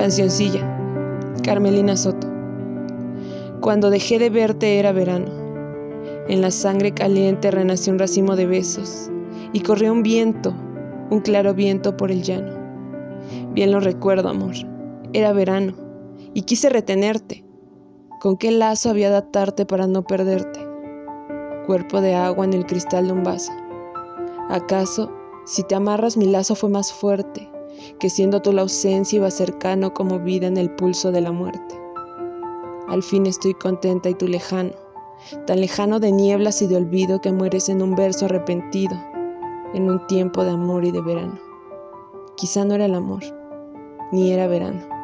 Cancioncilla, Carmelina Soto. Cuando dejé de verte era verano. En la sangre caliente renació un racimo de besos y corrió un viento, un claro viento por el llano. Bien lo recuerdo, amor, era verano y quise retenerte. ¿Con qué lazo había de atarte para no perderte? Cuerpo de agua en el cristal de un vaso. ¿Acaso, si te amarras, mi lazo fue más fuerte, que siendo tú la ausencia iba cercano como vida en el pulso de la muerte? Al fin estoy contenta y tú lejano, tan lejano de nieblas y de olvido que mueres en un verso arrepentido, en un tiempo de amor y de verano. Quizá no era el amor, ni era verano.